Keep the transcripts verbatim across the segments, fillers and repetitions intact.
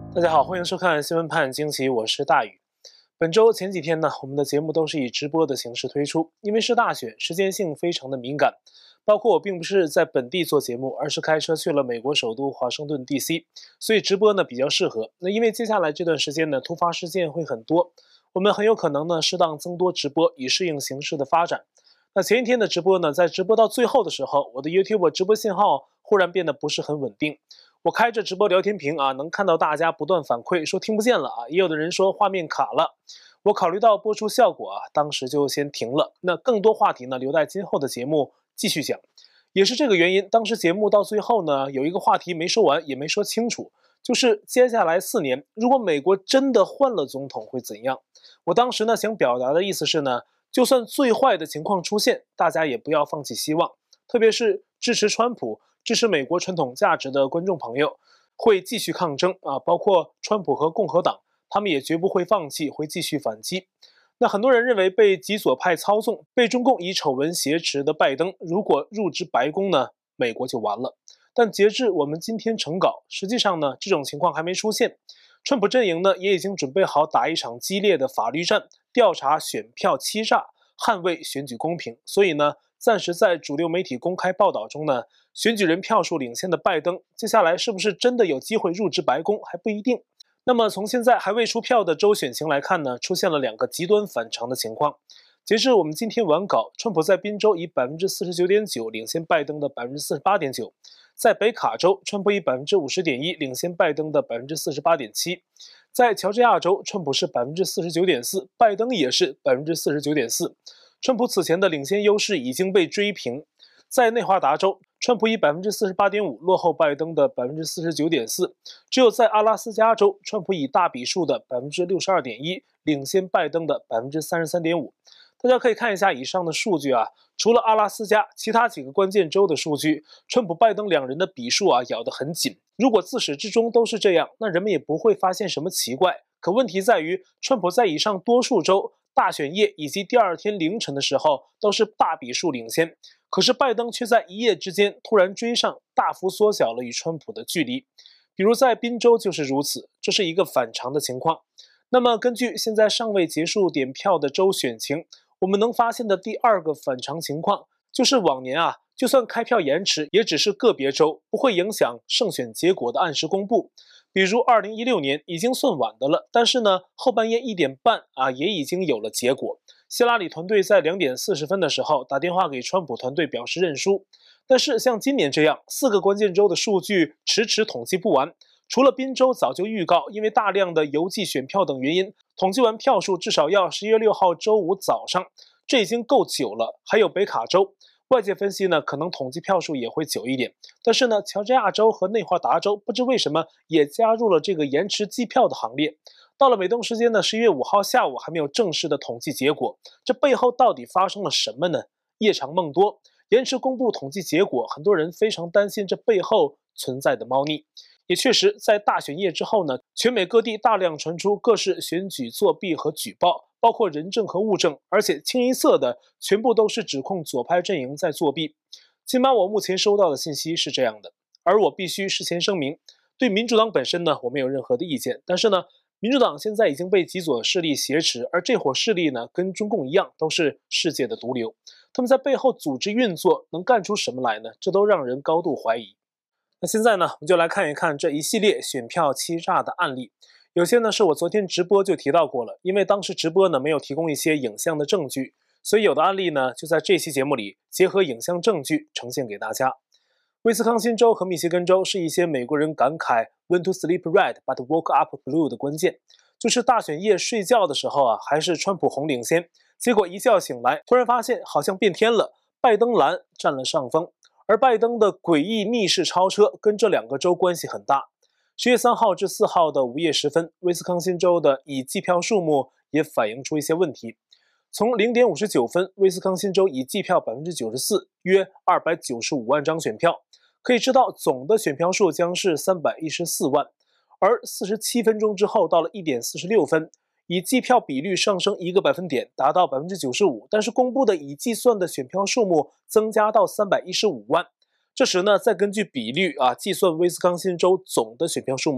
大家好，欢迎收看新闻判惊奇，我是大宇。本周前几天呢，我们的节目都是以直播的形式推出，因为是大选，时间性非常的敏感。包括我并不是在本地做节目，而是开车去了美国首都华盛顿 D C， 所以直播呢比较适合。那因为接下来这段时间呢，突发事件会很多，我们很有可能呢适当增多直播，以适应形势的发展。那前一天的直播呢，在直播到最后的时候，我的 YouTube 直播信号忽然变得不是很稳定。我开着直播聊天屏啊，能看到大家不断反馈说听不见了啊，也有的人说画面卡了。我考虑到播出效果啊，当时就先停了。那更多话题呢，留待今后的节目继续讲。也是这个原因，当时节目到最后呢，有一个话题没说完，也没说清楚，就是接下来四年，如果美国真的换了总统会怎样？我当时呢想表达的意思是呢，就算最坏的情况出现，大家也不要放弃希望，特别是支持川普、支持美国传统价值的观众朋友，会继续抗争啊，包括川普和共和党，他们也绝不会放弃，会继续反击。那很多人认为被极左派操纵、被中共以丑闻挟持的拜登，如果入职白宫呢，美国就完了。但截至我们今天成稿，实际上呢，这种情况还没出现。川普阵营呢，也已经准备好打一场激烈的法律战，调查选票欺诈，捍卫选举公平。所以呢，暂时在主流媒体公开报道中呢，选举人票数领先的拜登，接下来是不是真的有机会入职白宫还不一定。那么从现在还未出票的州选情来看呢，出现了两个极端反常的情况。截至我们今天完稿，川普在宾州以 百分之四十九点九 领先拜登的 百分之四十八点九， 在北卡州，川普以 百分之五十点一 领先拜登的 百分之四十八点七， 在乔治亚州，川普是 百分之四十九点四， 拜登也是 百分之四十九点四， 川普此前的领先优势已经被追平。在内华达州，川普以 百分之四十八点五 落后拜登的 百分之四十九点四， 只有在阿拉斯加州，川普以大比数的 百分之六十二点一 领先拜登的 百分之三十三点五。 大家可以看一下以上的数据啊，除了阿拉斯加，其他几个关键州的数据，川普拜登两人的比数啊咬得很紧。如果自始至终都是这样，那人们也不会发现什么奇怪。可问题在于，川普在以上多数州大选夜以及第二天凌晨的时候都是大比数领先，可是拜登却在一夜之间突然追上，大幅缩小了与川普的距离。比如在宾州就是如此，这是一个反常的情况。那么根据现在尚未结束点票的州选情，我们能发现的第二个反常情况，就是往年啊，就算开票延迟，也只是个别州，不会影响胜选结果的按时公布。比如二零一六年已经算晚的了，但是呢，后半夜一点半啊，也已经有了结果。希拉里团队在两点四十分的时候打电话给川普团队表示认输。但是像今年这样，四个关键州的数据迟迟统计不完，除了宾州早就预告因为大量的邮寄选票等原因，统计完票数至少要十一月六号周五早上，这已经够久了。还有北卡州，外界分析呢，可能统计票数也会久一点。但是呢，乔治亚州和内华达州不知为什么也加入了这个延迟计票的行列。到了美东时间的十一月五号下午，还没有正式的统计结果，这背后到底发生了什么呢？夜长梦多，延迟公布统计结果，很多人非常担心这背后存在的猫腻。也确实，在大选夜之后呢，全美各地大量传出各式选举作弊和举报，包括人证和物证，而且清一色的全部都是指控左派阵营在作弊。起码我目前收到的信息是这样的，而我必须事先声明，对民主党本身呢，我没有任何的意见，但是呢，民主党现在已经被极左势力挟持，而这伙势力呢，跟中共一样，都是世界的毒瘤。他们在背后组织运作，能干出什么来呢？这都让人高度怀疑。那现在呢，我们就来看一看这一系列选票欺诈的案例。有些呢是我昨天直播就提到过了，因为当时直播呢没有提供一些影像的证据，所以有的案例呢就在这期节目里结合影像证据呈现给大家。威斯康辛州和密歇根州是一些美国人感慨 "Went to sleep red, but woke up blue" 的关键，就是大选夜睡觉的时候啊，还是川普红领先，结果一觉醒来，突然发现好像变天了，拜登蓝占了上风。而拜登的诡异逆势超车跟这两个州关系很大。十月三号至四号的午夜时分，威斯康辛州的已计票数目也反映出一些问题。从零点五十九分，威斯康辛州已计票 百分之九十四， 约二百九十五万张选票，可以知道总的选票数将是三百一十四万。而四十七分钟之后，到了一点四十六分，已计票比率上升一个百分点，达到 百分之九十五， 但是公布的已计算的选票数目增加到三百一十五万。这时呢，再根据比率啊计算威斯康辛州总的选票数目，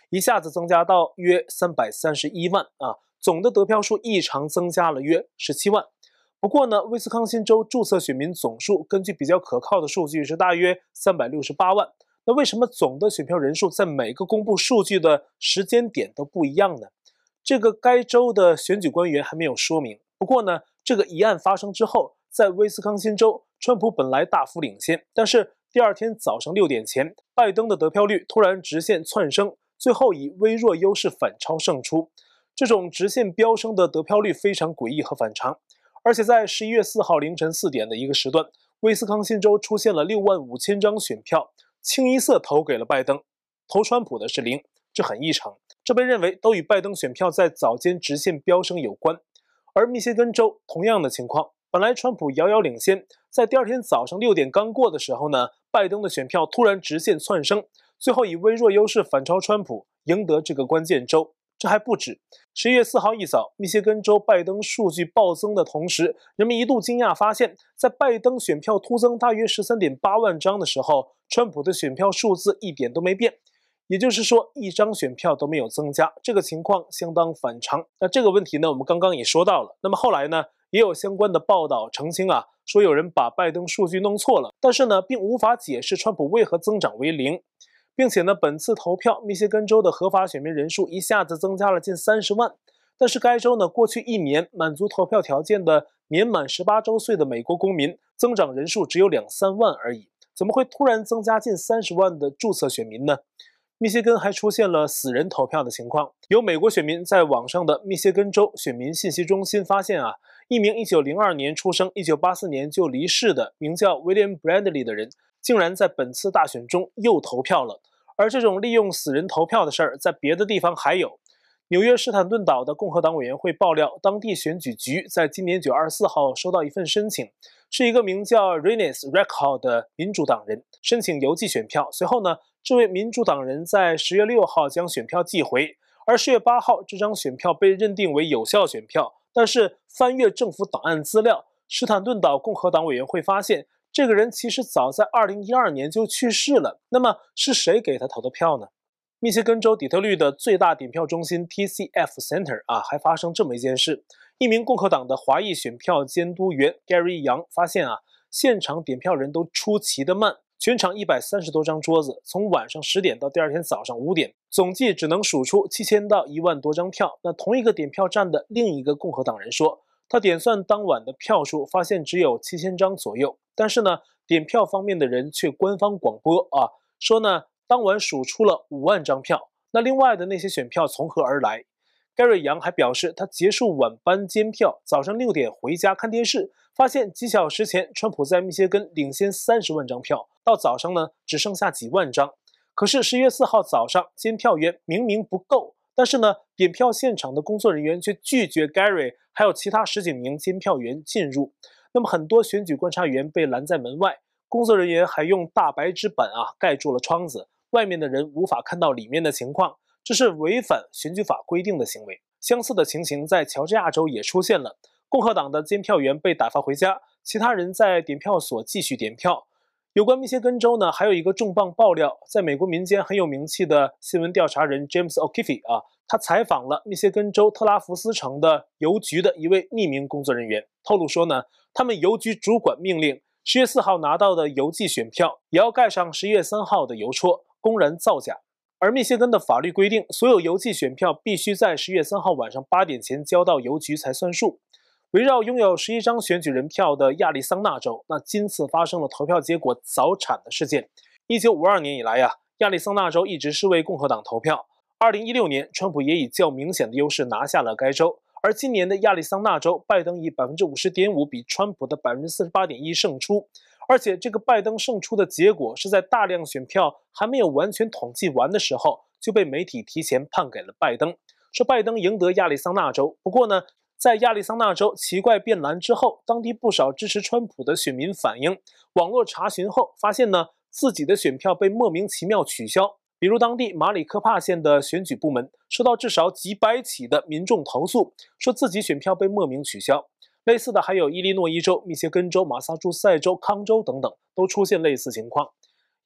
一下子增加到约三百三十一万啊，总的得票数异常增加了约十七万。不过呢，威斯康辛州注册选民总数根据比较可靠的数据是大约三百六十八万。那为什么总的选票人数在每个公布数据的时间点都不一样呢？这个该州的选举官员还没有说明。不过呢，这个疑案发生之后，在威斯康辛州，川普本来大幅领先，但是第二天早上六点前，拜登的得票率突然直线窜升，最后以微弱优势反超胜出。这种直线飙升的得票率非常诡异和反常。而且在十一月四号凌晨四点的一个时段，威斯康辛州出现了六万五千张选票，清一色投给了拜登，投川普的是零，这很异常。这被认为都与拜登选票在早间直线飙升有关。而密歇根州同样的情况，本来川普遥遥领先，在第二天早上六点刚过的时候呢，拜登的选票突然直线窜升，最后以微弱优势反超川普，赢得这个关键州。这还不止，十一月四号一早，密歇根州拜登数据暴增的同时，人们一度惊讶发现，在拜登选票突增大约 十三点八万张的时候，川普的选票数字一点都没变，也就是说一张选票都没有增加，这个情况相当反常。那这个问题呢，我们刚刚也说到了。那么后来呢，也有相关的报道澄清啊，说有人把拜登数据弄错了，但是呢，并无法解释川普为何增长为零。并且呢，本次投票，密歇根州的合法选民人数一下子增加了近三十万。但是该州呢，过去一年满足投票条件的年满十八周岁的美国公民增长人数只有两三万而已，怎么会突然增加近三十万的注册选民呢？密歇根还出现了死人投票的情况，有美国选民在网上的密歇根州选民信息中心发现啊，一名一九零二年出生、一九八四年就离世的名叫 William Bradley 的人，竟然在本次大选中又投票了。而这种利用死人投票的事儿，在别的地方还有。纽约史坦顿岛的共和党委员会爆料，当地选举局在今年九月二十四号收到一份申请，是一个名叫 Renes Recall 的民主党人申请邮寄选票。随后呢，这位民主党人在十月六号将选票寄回，而十月八号这张选票被认定为有效选票。但是翻阅政府档案资料，史坦顿岛共和党委员会发现，这个人其实早在二零一二年就去世了。那么是谁给他投的票呢？密歇根州底特律的最大点票中心 T C F Center 啊，还发生这么一件事：一名共和党的华裔选票监督员 Gary Young 发现啊，现场点票人都出奇的慢，全场一百三十多张桌子，从晚上十点到第二天早上五点，总计只能数出七千到一万多张票。那同一个点票站的另一个共和党人说，他点算当晚的票数，发现只有七千张左右。但是呢，点票方面的人却官方广播啊，说呢，当晚数出了五万张票。那另外的那些选票从何而来？Gary Young 还表示，他结束晚班监票，早上六点回家看电视，发现几小时前川普在密歇根领先三十万张票，到早上呢只剩下几万张。可是十月四号早上，监票员明明不够，但是呢，点票现场的工作人员却拒绝 Gary 还有其他十几名监票员进入。那么很多选举观察员被拦在门外，工作人员还用大白纸板啊盖住了窗子，外面的人无法看到里面的情况，这是违反选举法规定的行为。相似的情形在乔治亚州也出现了，共和党的监票员被打发回家，其他人在点票所继续点票。有关密歇根州呢，还有一个重磅爆料，在美国民间很有名气的新闻调查人 James O'Keefe 啊，他采访了密歇根州特拉福斯城的邮局的一位匿名工作人员，透露说呢，他们邮局主管命令十月四号拿到的邮寄选票也要盖上十一月三号的邮戳，公然造假。而密歇根的法律规定，所有邮寄选票必须在十一月三号晚上八点前交到邮局才算数。围绕拥有十一张选举人票的亚利桑那州，那今次发生了投票结果早产的事件。一九五二年以来呀、啊，亚利桑那州一直是为共和党投票。二零一六年，川普也以较明显的优势拿下了该州。而今年的亚利桑那州，拜登以 百分之五十点五 比川普的 百分之四十八点一 胜出。而且这个拜登胜出的结果是在大量选票还没有完全统计完的时候，就被媒体提前判给了拜登，说拜登赢得亚利桑那州。不过呢，在亚利桑那州奇怪变蓝之后，当地不少支持川普的选民反映，网络查询后发现呢，自己的选票被莫名其妙取消。比如当地马里科帕县的选举部门收到至少几百起的民众投诉，说自己选票被莫名取消。类似的还有伊利诺伊州、密歇根州、马萨诸塞州、康州等等，都出现类似情况。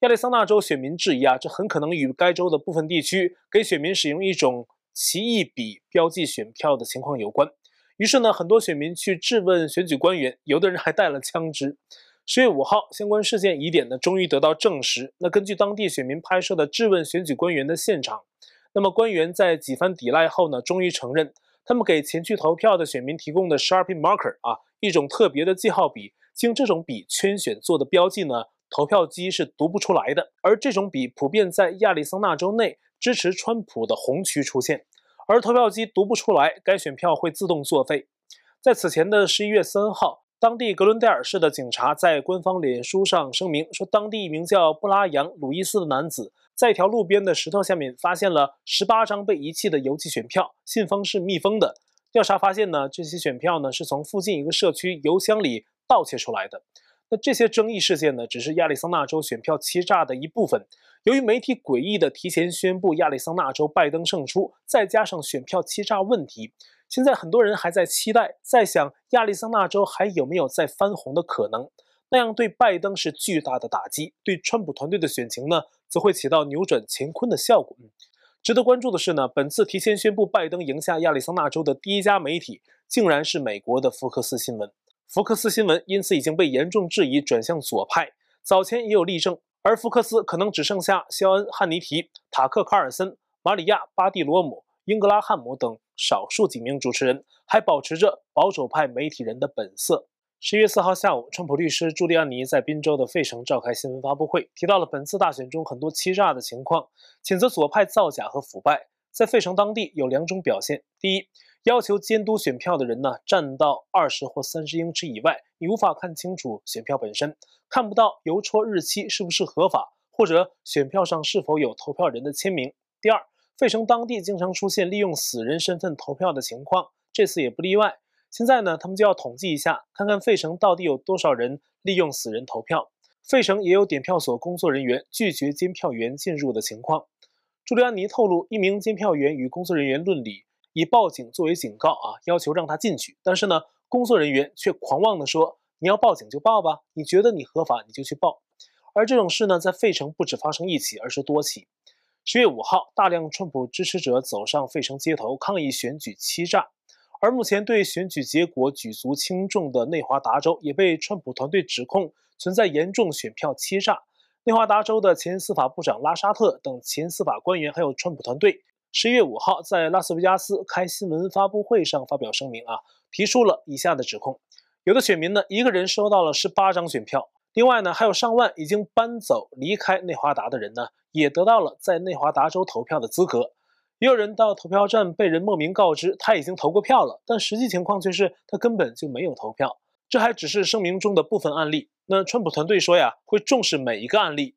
亚利桑那州选民质疑啊，这很可能与该州的部分地区给选民使用一种奇异笔标记选票的情况有关。于是呢，很多选民去质问选举官员，有的人还带了枪支。十月五号，相关事件疑点呢终于得到证实。那根据当地选民拍摄的质问选举官员的现场，那么官员在几番抵赖后呢，终于承认，他们给前去投票的选民提供的 Sharpie Marker 啊，一种特别的记号笔，经这种笔圈选做的标记呢，投票机是读不出来的。而这种笔普遍在亚利桑那州内支持川普的红区出现。而投票机读不出来，该选票会自动作废。在此前的十一月三号，当地格伦戴尔市的警察在官方脸书上声明说，当地一名叫布拉扬·鲁伊斯的男子在一条路边的石头下面发现了十八张被遗弃的邮寄选票，信封是密封的。调查发现呢，这些选票呢是从附近一个社区邮箱里盗窃出来的。那这些争议事件呢，只是亚利桑那州选票欺诈的一部分。由于媒体诡异的提前宣布亚利桑那州拜登胜出，再加上选票欺诈问题，现在很多人还在期待，在想亚利桑那州还有没有再翻红的可能。那样对拜登是巨大的打击，对川普团队的选情呢，则会起到扭转乾坤的效果。值得关注的是呢，本次提前宣布拜登赢下亚利桑那州的第一家媒体，竟然是美国的福克斯新闻。福克斯新闻因此已经被严重质疑转向左派，早前也有例证，而福克斯可能只剩下肖恩·汉尼提、塔克·卡尔森、马里亚·巴蒂罗姆、英格拉汉姆等少数几名主持人，还保持着保守派媒体人的本色。十一月四号下午，川普律师朱利安尼在宾州的费城召开新闻发布会，提到了本次大选中很多欺诈的情况，谴责左派造假和腐败。在费城当地有两种表现：第一，要求监督选票的人呢站到二十或三十英尺以外，你无法看清楚选票本身，看不到邮戳日期是不是合法，或者选票上是否有投票人的签名。第二，费城当地经常出现利用死人身份投票的情况，这次也不例外。现在呢，他们就要统计一下，看看费城到底有多少人利用死人投票。费城也有点票所工作人员拒绝监票员进入的情况。朱利安尼透露，一名监票员与工作人员论理，以报警作为警告啊，要求让他进去。但是呢，工作人员却狂妄地说：“你要报警就报吧，你觉得你合法你就去报。”而这种事呢，在费城不止发生一起，而是多起。十月五号，大量川普支持者走上费城街头抗议选举欺诈。而目前对选举结果举足轻重的内华达州，也被川普团队指控存在严重选票欺诈。内华达州的前司法部长拉沙特等前司法官员，还有川普团队，十一月五号在拉斯维加斯开新闻发布会上发表声明啊，提出了以下的指控：有的选民呢，一个人收到了十八张选票；另外呢，还有上万已经搬走离开内华达的人呢，也得到了在内华达州投票的资格。也有人到投票站被人莫名告知他已经投过票了，但实际情况却是他根本就没有投票。这还只是声明中的部分案例。那川普团队说呀，会重视每一个案例。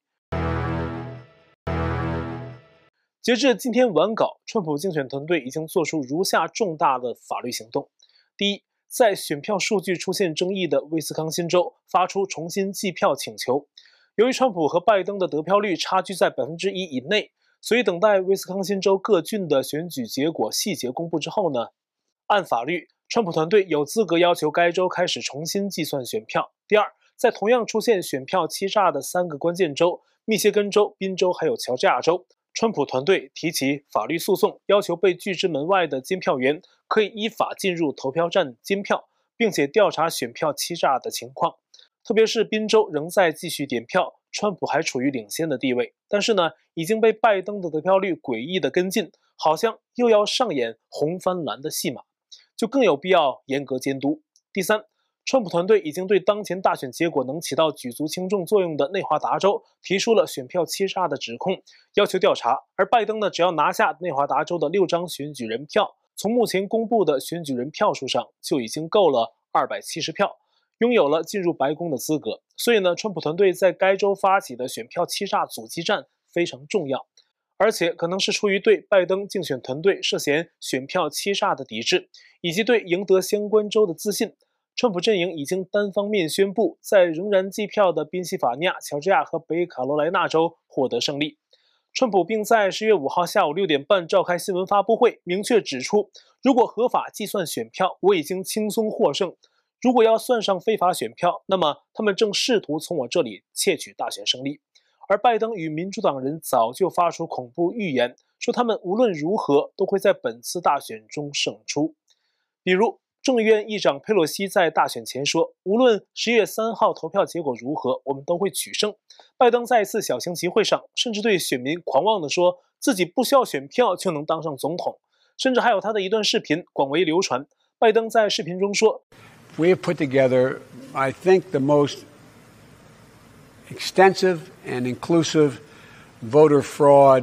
截至今天晚稿，川普竞选团队已经做出如下重大的法律行动：第一，在选票数据出现争议的威斯康辛州发出重新计票请求。由于川普和拜登的得票率差距在百分之一以内，所以等待威斯康辛州各郡的选举结果细节公布之后呢，按法律，川普团队有资格要求该州开始重新计算选票。第二，在同样出现选票欺诈的三个关键州——密歇根州、宾州还有乔治亚州，川普团队提起法律诉讼，要求被拒之门外的监票员可以依法进入投票站监票，并且调查选票欺诈的情况。特别是宾州仍在继续点票，川普还处于领先的地位，但是呢，已经被拜登的得票率诡异的跟进，好像又要上演红翻蓝的戏码，就更有必要严格监督。第三，川普团队已经对当前大选结果能起到举足轻重作用的内华达州提出了选票欺诈的指控，要求调查。而拜登呢，只要拿下内华达州的六张选举人票，从目前公布的选举人票数上就已经够了二百七十票。拥有了进入白宫的资格，所以呢，川普团队在该州发起的选票欺诈阻击战非常重要，而且可能是出于对拜登竞选团队涉嫌选票欺诈的抵制，以及对赢得相关州的自信。川普阵营已经单方面宣布，在仍然计票的宾夕法尼亚、乔治亚和北卡罗来纳州获得胜利。川普并在十月五号下午六点半召开新闻发布会，明确指出，如果合法计算选票，我已经轻松获胜。如果要算上非法选票，那么他们正试图从我这里窃取大选胜利。 而拜登与民主党人早就发出恐怖预言，说他们无论如何都会在本次大选中胜出。比如，众议院议长佩洛西在大选前说，无论十一月三号投票结果如何，我们都会取胜。拜登在一次小型集会上，甚至对选民狂妄地说自己不需要选票就能当上总统，甚至还有他的一段视频广为流传。拜登在视频中说 We have put together, I think, the most extensive and inclusive voter fraud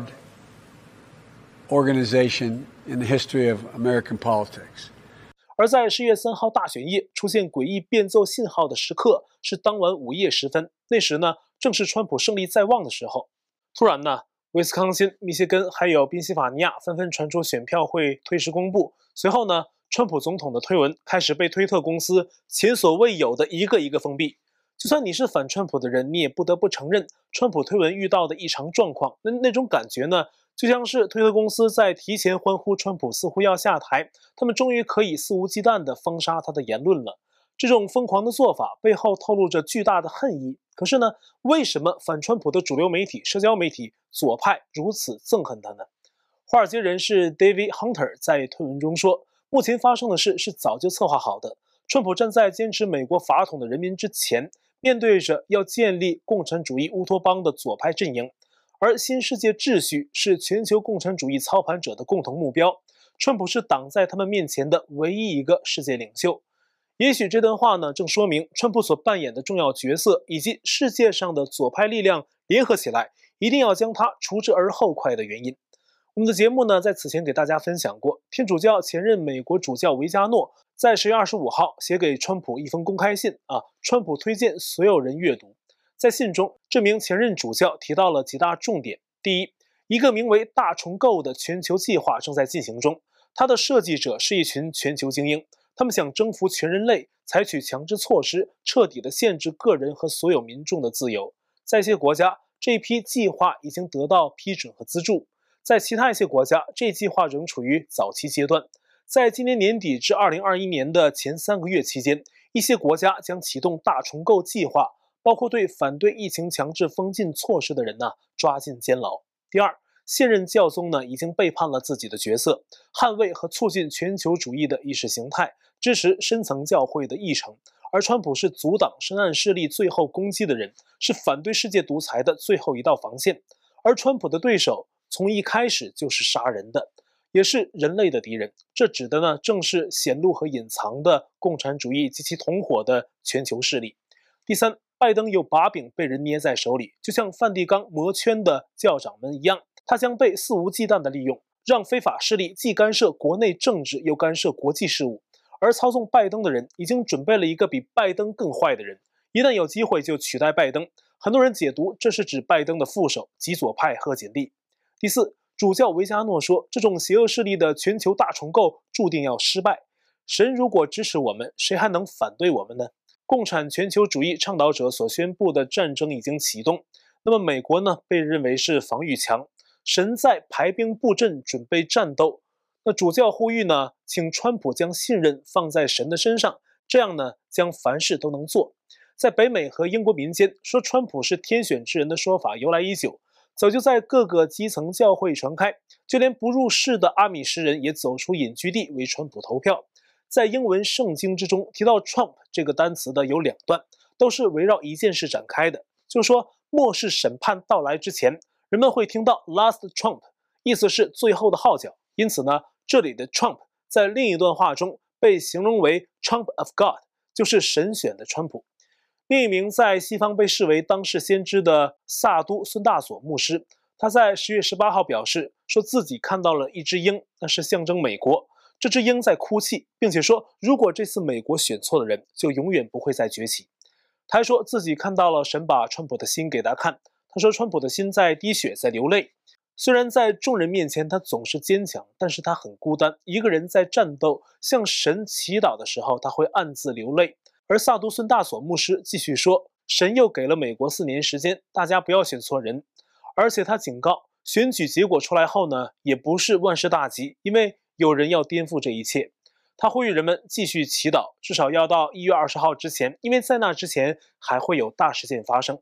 organization in the history of American politics. 而在十一月三号大选夜出现诡异变奏信号的时刻是当晚午夜时分，那时呢正是川普胜利在望的时候。突然呢，威斯康辛、密歇根还有宾夕法尼亚纷纷传出选票会推迟公布，随后呢，川普总统的推文开始被推特公司前所未有的一个一个封闭。就算你是反川普的人，你也不得不承认，川普推文遇到的异常状况，那那种感觉呢，就像是推特公司在提前欢呼川普似乎要下台，他们终于可以肆无忌惮地封杀他的言论了。这种疯狂的做法背后透露着巨大的恨意。可是呢，为什么反川普的主流媒体、社交媒体、左派如此憎恨他呢？华尔街人士 David Hunter 在推文中说，目前发生的事是早就策划好的。川普站在坚持美国法统的人民之前，面对着要建立共产主义乌托邦的左派阵营，而新世界秩序是全球共产主义操盘者的共同目标。川普是挡在他们面前的唯一一个世界领袖。也许这段话呢，正说明川普所扮演的重要角色，以及世界上的左派力量联合起来，一定要将他除之而后快的原因。我们的节目呢，在此前给大家分享过，天主教前任美国主教维加诺在十月二十五号写给川普一封公开信啊，川普推荐所有人阅读。在信中，这名前任主教提到了几大重点。第一，一个名为大重构的全球计划正在进行中，它的设计者是一群全球精英，他们想征服全人类，采取强制措施，彻底地限制个人和所有民众的自由。在一些国家，这批计划已经得到批准和资助。在其他一些国家，这计划仍处于早期阶段。在今年年底至二零二一年的前三个月期间，一些国家将启动大重构计划，包括对反对疫情强制封禁措施的人呢抓进监牢。第二，现任教宗呢已经背叛了自己的角色，捍卫和促进全球主义的意识形态，支持深层教会的议程。而川普是阻挡深暗势力最后攻击的人，是反对世界独裁的最后一道防线。而川普的对手从一开始就是杀人的，也是人类的敌人。这指的呢，正是显露和隐藏的共产主义及其同伙的全球势力。第三，拜登有把柄被人捏在手里，就像梵蒂冈魔圈的教长们一样，他将被肆无忌惮地利用，让非法势力既干涉国内政治，又干涉国际事务。而操纵拜登的人已经准备了一个比拜登更坏的人，一旦有机会就取代拜登。很多人解读这是指拜登的副手极左派贺锦丽。第四，主教维加诺说，这种邪恶势力的全球大重构注定要失败。神如果支持我们，谁还能反对我们呢？共产全球主义倡导者所宣布的战争已经启动，那么美国呢，被认为是防御强，神在排兵布阵，准备战斗。那主教呼吁呢，请川普将信任放在神的身上，这样呢，将凡事都能做。在北美和英国民间，说川普是天选之人的说法由来已久，早就在各个基层教会传开，就连不入世的阿米什人也走出隐居地为川普投票。在英文圣经之中提到 Trump 这个单词的有两段，都是围绕一件事展开的，就是说末世审判到来之前，人们会听到 Last Trump， 意思是最后的号角。因此呢，这里的 Trump 在另一段话中被形容为 Trump of God， 就是神选的川普。另一名在西方被视为当世先知的萨都孙大索牧师，他在十月十八号表示，说自己看到了一只鹰，那是象征美国。这只鹰在哭泣，并且说，如果这次美国选错了人，就永远不会再崛起。他还说自己看到了神把川普的心给他看，他说川普的心在滴血，在流泪。虽然在众人面前他总是坚强，但是他很孤单，一个人在战斗，向神祈祷的时候，他会暗自流泪。而萨都孙大索牧师继续说，神又给了美国四年时间，大家不要选错人。而且他警告，选举结果出来后呢，也不是万事大吉，因为有人要颠覆这一切。他呼吁人们继续祈祷，至少要到一月二十号之前，因为在那之前还会有大事件发生。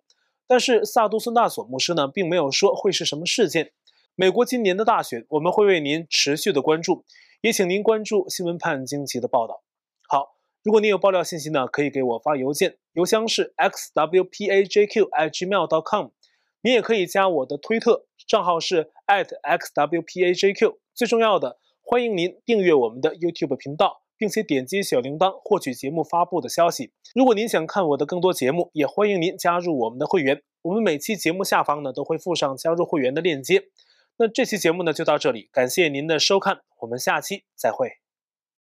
但是萨杜孙大索牧师呢，并没有说会是什么事件。美国今年的大选，我们会为您持续的关注，也请您关注新闻判惊奇的报道。好，如果您有爆料信息呢，可以给我发邮件，邮箱是 x w p a j q at gmail dot com。您也可以加我的推特，账号是 at x w p a j q。最重要的，欢迎您订阅我们的 YouTube 频道，并且点击小铃铛获取节目发布的消息。如果您想看我的更多节目，也欢迎您加入我们的会员。我们每期节目下方呢都会附上加入会员的链接。那这期节目呢就到这里，感谢您的收看，我们下期再会。